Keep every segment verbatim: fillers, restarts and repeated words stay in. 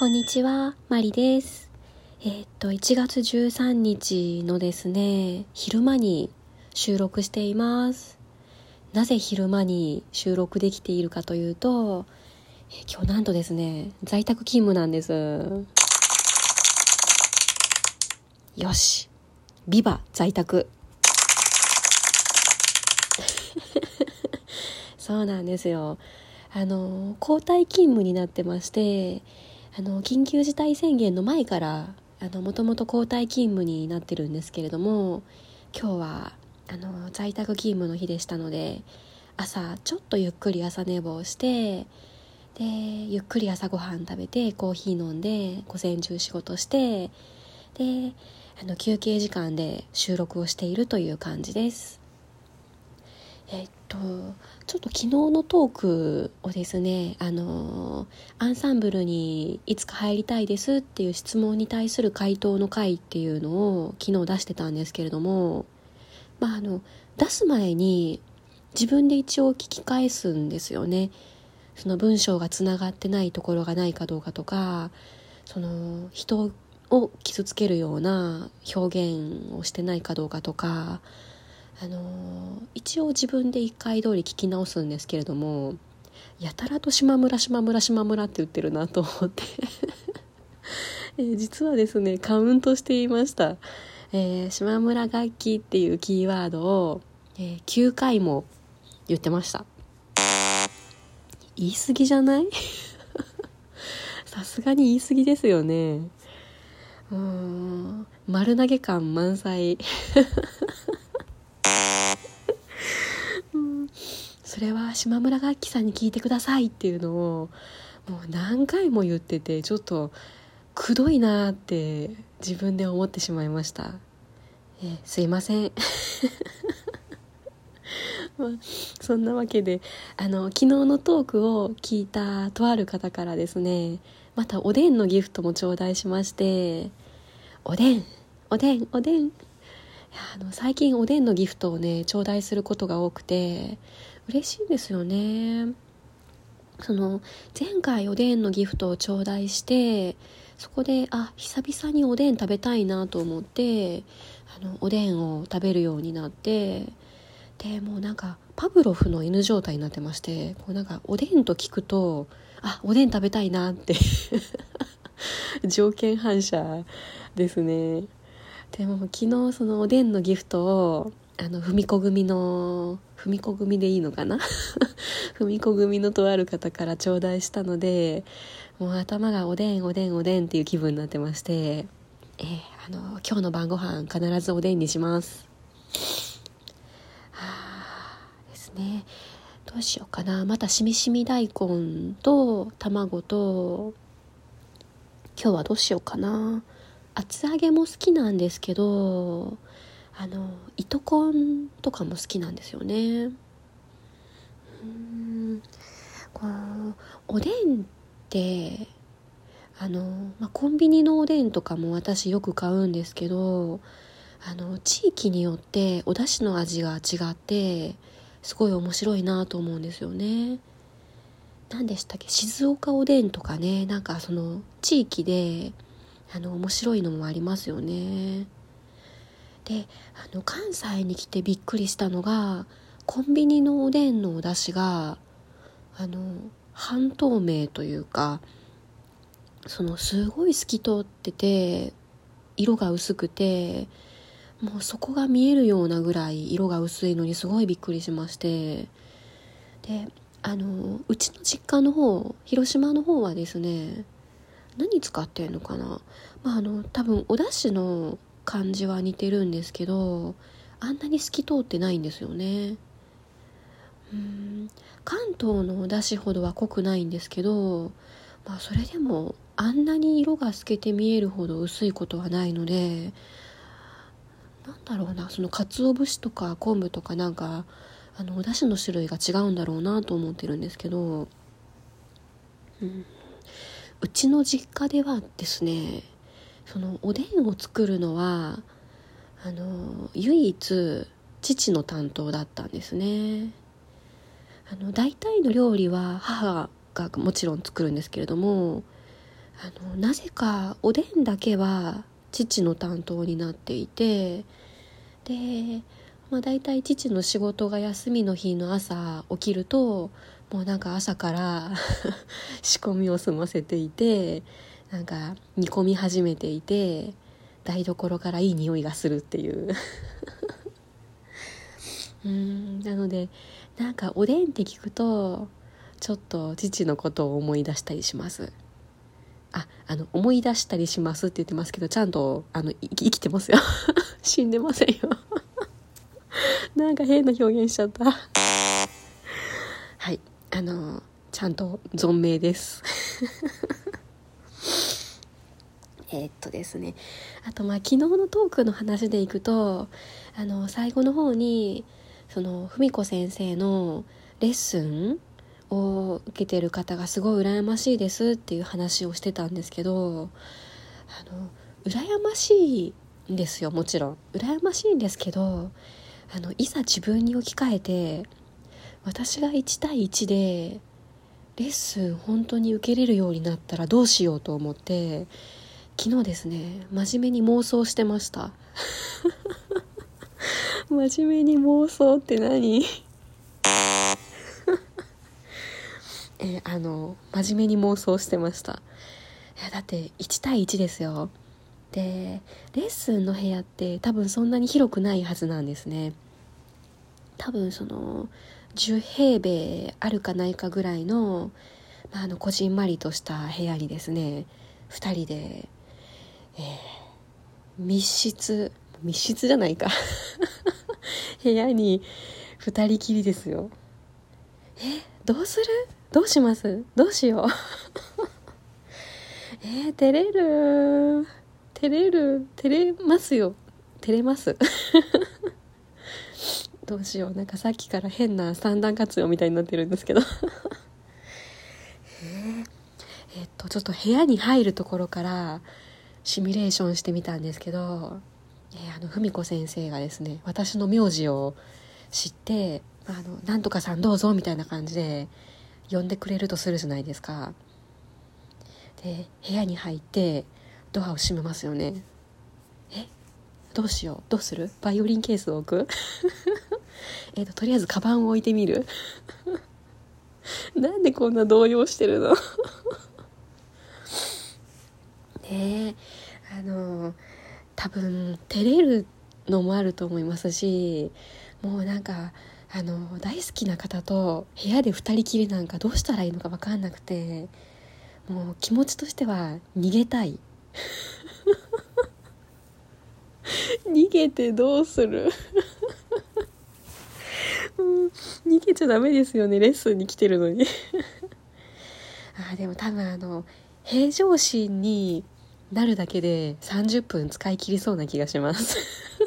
こんにちは、マリです。えーっといちがつじゅうさんにちのですね、昼間に収録しています。なぜ昼間に収録できているかというと、えー今日なんとですね、在宅勤務なんです。よし、ビバ在宅。そうなんですよ。あの交代勤務になってまして、あの緊急事態宣言の前からあのもともと交代勤務になってるんですけれども、今日はあの在宅勤務の日でしたので、朝ちょっとゆっくり朝寝坊して、でゆっくり朝ごはん食べてコーヒー飲んで午前中仕事して、であの休憩時間で収録をしているという感じです。えっとちょっと昨日のトークをですね、あのアンサンブルにいつか入りたいですっていう質問に対する回答の回っていうのを昨日出してたんですけれども、まああの出す前に自分で一応聞き返すんですよね。その文章がつながってないところがないかどうかとか、その人を傷つけるような表現をしてないかどうかとか、あのー一応自分で一回通り聞き直すんですけれども、やたらと島村島村島村って言ってるなと思ってえー実はですね、カウントしていました。えー島村楽器っていうキーワードを、えーきゅうかいも言ってました。言い過ぎじゃないさすがに言い過ぎですよね。うーん、丸投げ感満載それは島村楽器さんに聞いてくださいっていうのをもう何回も言ってて、ちょっとくどいなって自分で思ってしまいました。えすいませんまあ、そんなわけで、あの昨日のトークを聞いたとある方からですね、またおでんのギフトも頂戴しまして、おでんおでんおでん、いやあの最近おでんのギフトをね頂戴することが多くて嬉しいんですよね。その前回おでんのギフトを頂戴して、そこであ久々におでん食べたいなと思って、あのおでんを食べるようになって、でもうなんかパブロフの犬状態になってまして、こうなんかおでんと聞くとあおでん食べたいなって条件反射ですね。でも昨日そのおでんのギフトをあの踏み子組の踏み子組でいいのかな踏み子組のとある方から頂戴したので、もう頭がおでんおでんおでんっていう気分になってまして、えー、あの今日の晩ご飯必ずおでんにします。はあですね。どうしようかな。またしみしみ大根と卵と、今日はどうしようかな。厚揚げも好きなんですけど、あの糸こんとかも好きなんですよね。うーんこうおでんってあの、まあ、コンビニのおでんとかも私よく買うんですけど、あの地域によってお出汁の味が違ってすごい面白いなと思うんですよね。何でしたっけ、静岡おでんとかね、なんかその地域であの面白いのもありますよね。で、あの関西に来てびっくりしたのが、コンビニのおでんのお出汁があの半透明というか、そのすごい透き通ってて色が薄くて、もうそこが見えるようなぐらい色が薄いのにすごいびっくりしまして、であのうちの実家の方、広島の方はですね、何使ってんのかな、まああの多分お出汁の感じは似てるんですけど、あんなに透き通ってないんですよね。うーん関東のお出汁ほどは濃くないんですけど、まあそれでもあんなに色が透けて見えるほど薄いことはないので、なんだろうな、その鰹節とか昆布とかなんかあのお出汁の種類が違うんだろうなと思ってるんですけど、うん、うちの実家ではですね、そのおでんを作るのはあの唯一父の担当だったんですね。あの大体の料理は母がもちろん作るんですけれども、 あのなぜかおでんだけは父の担当になっていて、で、まあ、だいたい父の仕事が休みの日の朝起きるともうなんか朝から仕込みを済ませていて、なんか煮込み始めていて、台所からいい匂いがするっていううーんなので、なんかおでんって聞くとちょっと父のことを思い出したりします。あ、あの思い出したりしますって言ってますけど、ちゃんとあの生き、生きてますよ死んでませんよなんか変な表現しちゃったはい、あのちゃんと存命ですえーっとですねあとまあ昨日のトークの話でいくと、あの最後の方にその文子先生のレッスンを受けてる方がすごい羨ましいですっていう話をしてたんですけど、あの羨ましいんですよ。もちろん羨ましいんですけど、あのいざ自分に置き換えて、私がいち対いちでレッスン本当に受けれるようになったらどうしようと思って、昨日ですね真面目に妄想してました真面目に妄想って何えあの真面目に妄想してました。いやだっていち対いちですよ。でレッスンの部屋って多分そんなに広くないはずなんですね。多分そのじゅう平米あるかないかぐらいの、まあ、あのこじんまりとした部屋にですねふたりで、えー、密室密室じゃないか部屋にふたりきりですよ。えどうするどうしますどうしようえー、照れる照れる照れますよ照れますどうしよう、なんかさっきから変な三段活用みたいになってるんですけどえー、えーっとちょっと部屋に入るところからシミュレーションしてみたんですけど、えー、あの文子先生がですね私の名字を知ってあのなんとかさんどうぞみたいな感じで呼んでくれるとするじゃないですか。で部屋に入ってドアを閉めますよね。えどうしようどうするバイオリンケースを置くえっととりあえずカバンを置いてみるなんでこんな動揺してるのねえ、あの多分照れるのもあると思いますし、もうなんかあの大好きな方と部屋で二人きりなんかどうしたらいいのか分かんなくて、もう気持ちとしては逃げたい逃げてどうするうん逃げちゃダメですよね、レッスンに来てるのにあでも多分あの平常心になるだけでさんじゅっぷん使い切りそうな気がします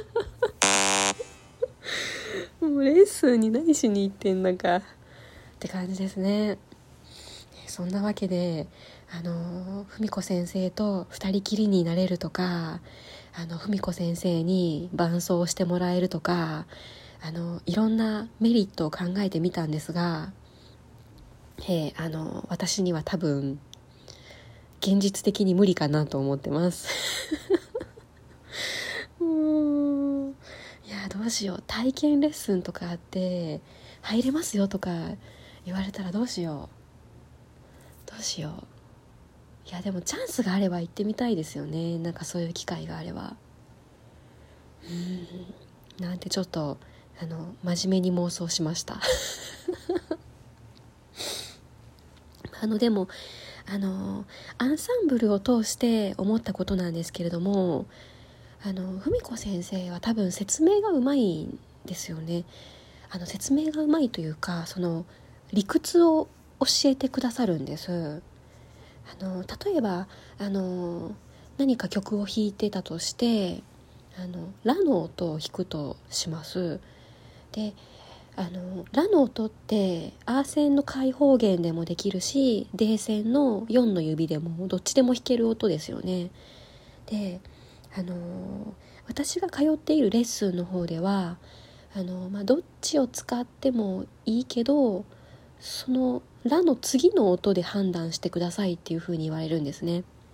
もうレッスンに何しに行ってんだかって感じですね。そんなわけであの文子先生と二人きりになれるとか、あの文子先生に伴奏してもらえるとか、あのいろんなメリットを考えてみたんですが、えー、あの私には多分現実的に無理かなと思ってますうーんいやどうしよう、体験レッスンとかあって入れますよとか言われたらどうしようどうしよう。いやでもチャンスがあれば行ってみたいですよね。なんかそういう機会があれば。うーんなんてちょっとあの真面目に妄想しましたあのでもあのアンサンブルを通して思ったことなんですけれども、あの文子先生は多分説明がうまいんですよね。あの説明がうまいというか、その理屈を教えてくださるんです。あの例えばあの何か曲を弾いてたとして、あのラの音を弾くとします。であのラの音ってアー線の開放弦でもできるし、デー線のよんの指でもどっちでも弾ける音ですよね。であの私が通っているレッスンの方ではあの、まあ、どっちを使ってもいいけど、そのラの次の音で判断してくださいっていう風に言われるんですね。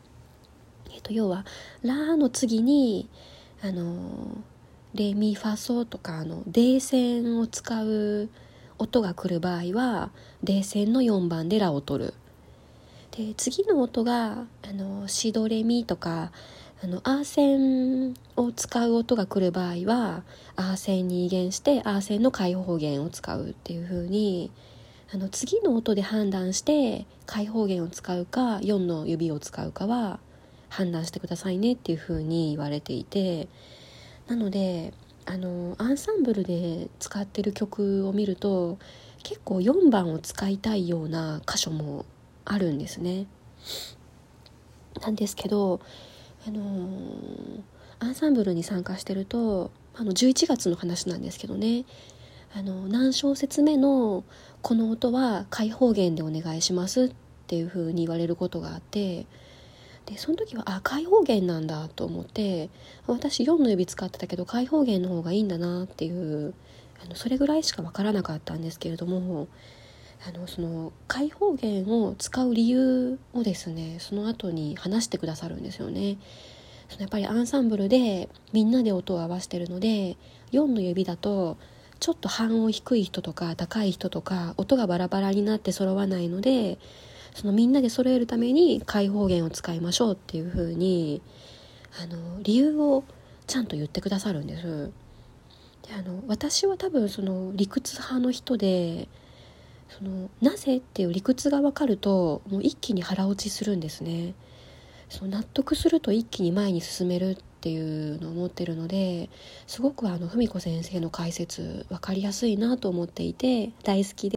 えっと、要はラの次にあのレミファソとかあのデイ線を使う音が来る場合はデイ線のよんばんでラを取る。で次の音があのシドレミとかあのアー線を使う音が来る場合はアー線に移弦してアー線の開放弦を使うっていう風に、あの次の音で判断して開放弦を使うかよんの指を使うかは判断してくださいねっていう風に言われていて、なのであのアンサンブルで使ってる曲を見ると結構よんばんを使いたいような箇所もあるんですね。なんですけどあのー、アンサンブルに参加してるとあのじゅういちがつの話なんですけどね、あの何小節目のこの音は開放弦でお願いしますっていう風に言われることがあって、でその時はあ開放弦なんだと思って、私よんの指使ってたけど開放弦の方がいいんだなっていう、あのそれぐらいしか分からなかったんですけれども、あのその開放弦を使う理由をですねその後に話してくださるんですよね。そのやっぱりアンサンブルでみんなで音を合わせてるのでよんの指だとちょっと半音低い人とか高い人とか音がバラバラになって揃わないので、そのみんなで揃えるために開放弦を使いましょうっていう風にあの理由をちゃんと言ってくださるんです。であの私は多分その理屈派の人で、そのなぜっていう理屈が分かるともう一気に腹落ちするんですね。その納得すると一気に前に進めるっていうのを思ってるので、すごくあの文子先生の解説分かりやすいなと思っていて大好きで